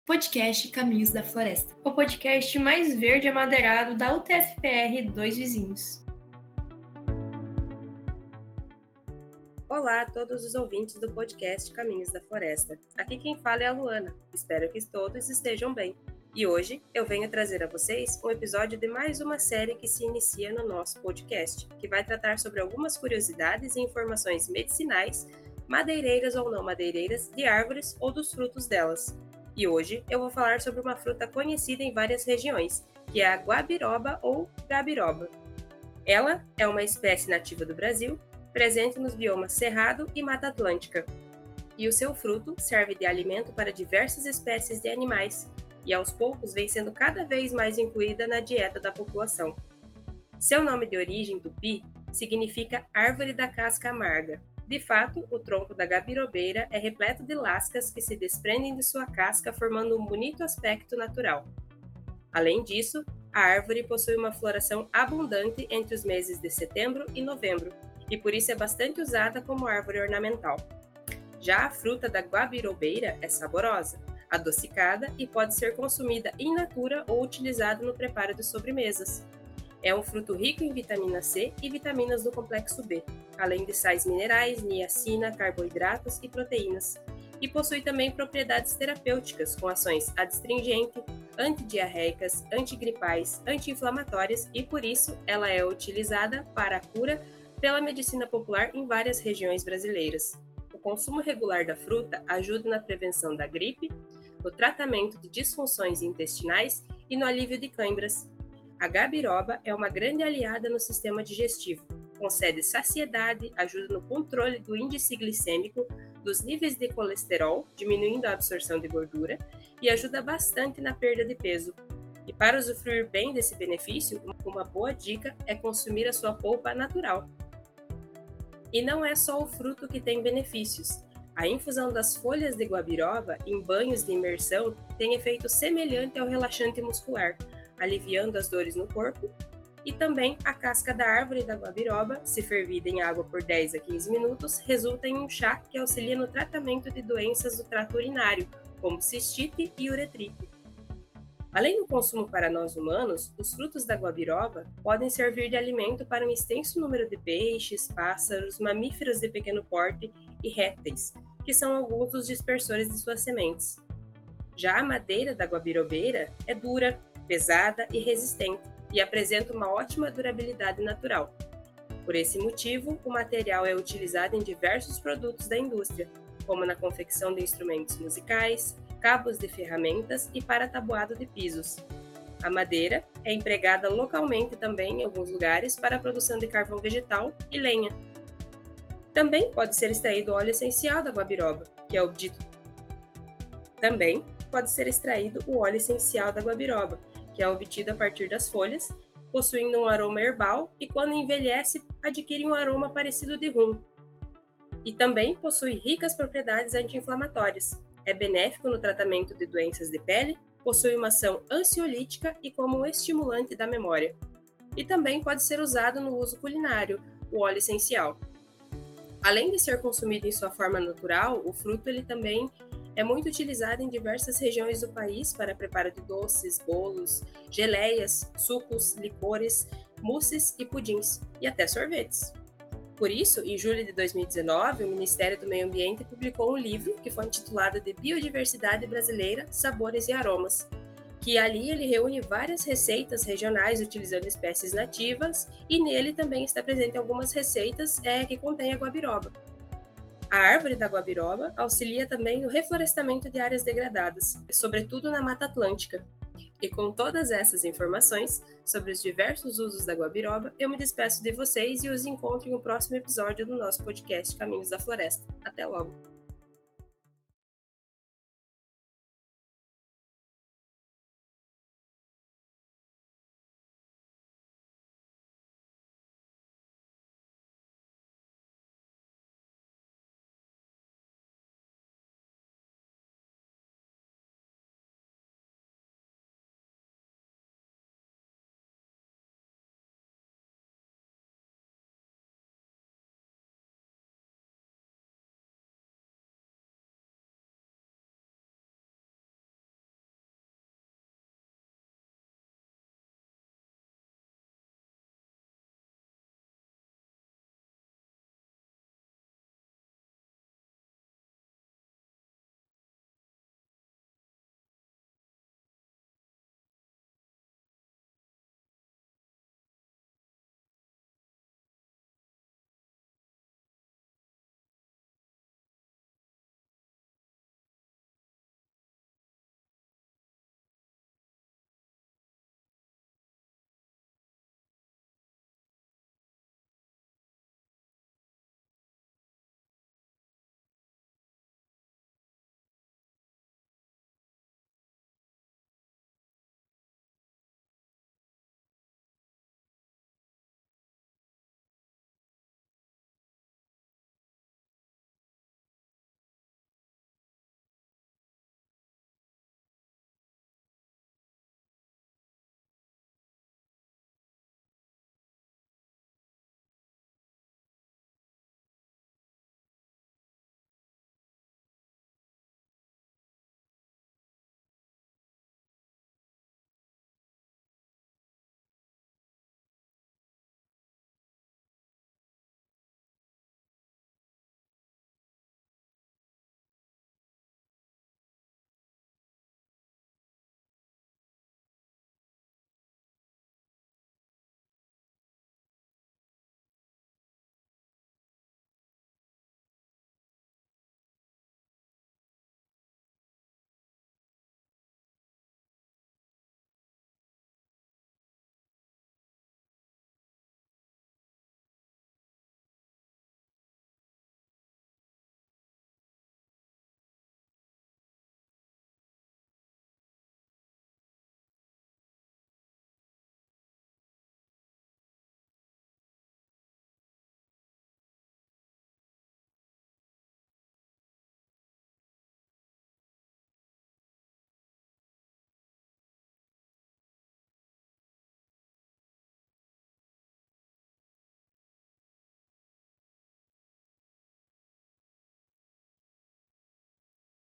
Podcast Caminhos da Floresta, o podcast mais verde amadeirado da UTFPR Dois Vizinhos. Olá a todos os ouvintes do podcast Caminhos da Floresta. Aqui quem fala é a Luana. Espero que todos estejam bem. E hoje eu venho trazer a vocês um episódio de mais uma série que se inicia no nosso podcast, que vai tratar sobre algumas curiosidades e informações medicinais, madeireiras ou não madeireiras, de árvores ou dos frutos delas. E hoje eu vou falar sobre uma fruta conhecida em várias regiões, que é a guabiroba ou gabiroba. Ela é uma espécie nativa do Brasil, presente nos biomas Cerrado e Mata Atlântica. E o seu fruto serve de alimento para diversas espécies de animais, e aos poucos vem sendo cada vez mais incluída na dieta da população. Seu nome de origem tupi significa árvore da casca amarga. De fato, o tronco da gabirobeira é repleto de lascas que se desprendem de sua casca, formando um bonito aspecto natural. Além disso, a árvore possui uma floração abundante entre os meses de setembro e novembro, e por isso é bastante usada como árvore ornamental. Já a fruta da guabirobeira é saborosa, adocicada e pode ser consumida in natura ou utilizada no preparo de sobremesas. É um fruto rico em vitamina C e vitaminas do complexo B, além de sais minerais, niacina, carboidratos e proteínas. E possui também propriedades terapêuticas com ações adstringente, antidiarreicas, antigripais, anti-inflamatórias e por isso ela é utilizada para a cura pela medicina popular em várias regiões brasileiras. O consumo regular da fruta ajuda na prevenção da gripe, no tratamento de disfunções intestinais e no alívio de câimbras. A gabiroba é uma grande aliada no sistema digestivo, concede saciedade, ajuda no controle do índice glicêmico, dos níveis de colesterol, diminuindo a absorção de gordura, e ajuda bastante na perda de peso. E para usufruir bem desse benefício, uma boa dica é consumir a sua polpa natural. E não é só o fruto que tem benefícios. A infusão das folhas de guabiroba em banhos de imersão tem efeito semelhante ao relaxante muscular, aliviando as dores no corpo, e também a casca da árvore da guabiroba, se fervida em água por 10 a 15 minutos, resulta em um chá que auxilia no tratamento de doenças do trato urinário, como cistite e uretrite. Além do consumo para nós humanos, os frutos da guabiroba podem servir de alimento para um extenso número de peixes, pássaros, mamíferos de pequeno porte e répteis, que são alguns dos dispersores de suas sementes. Já a madeira da guabirobeira é dura, pesada e resistente, e apresenta uma ótima durabilidade natural. Por esse motivo, o material é utilizado em diversos produtos da indústria, como na confecção de instrumentos musicais, cabos de ferramentas e para tabuado de pisos. A madeira é empregada localmente também em alguns lugares para a produção de carvão vegetal e lenha. Também pode ser extraído o óleo essencial da guabiroba, que é obtido a partir das folhas, possuindo um aroma herbal e quando envelhece adquire um aroma parecido de rum. E também possui ricas propriedades anti-inflamatórias. É benéfico no tratamento de doenças de pele, possui uma ação ansiolítica e como um estimulante da memória. E também pode ser usado no uso culinário, o óleo essencial. Além de ser consumido em sua forma natural, o fruto ele também é muito utilizado em diversas regiões do país para preparo de doces, bolos, geleias, sucos, licores, mousses e pudins, e até sorvetes. Por isso, em julho de 2019, o Ministério do Meio Ambiente publicou um livro que foi intitulado de Biodiversidade Brasileira, Sabores e Aromas, que ali ele reúne várias receitas regionais utilizando espécies nativas e nele também está presente algumas receitas que contêm a guabiroba. A árvore da guabiroba auxilia também no reflorestamento de áreas degradadas, sobretudo na Mata Atlântica. E com todas essas informações sobre os diversos usos da guabiroba, eu me despeço de vocês e os encontro em um próximo episódio do nosso podcast Caminhos da Floresta. Até logo!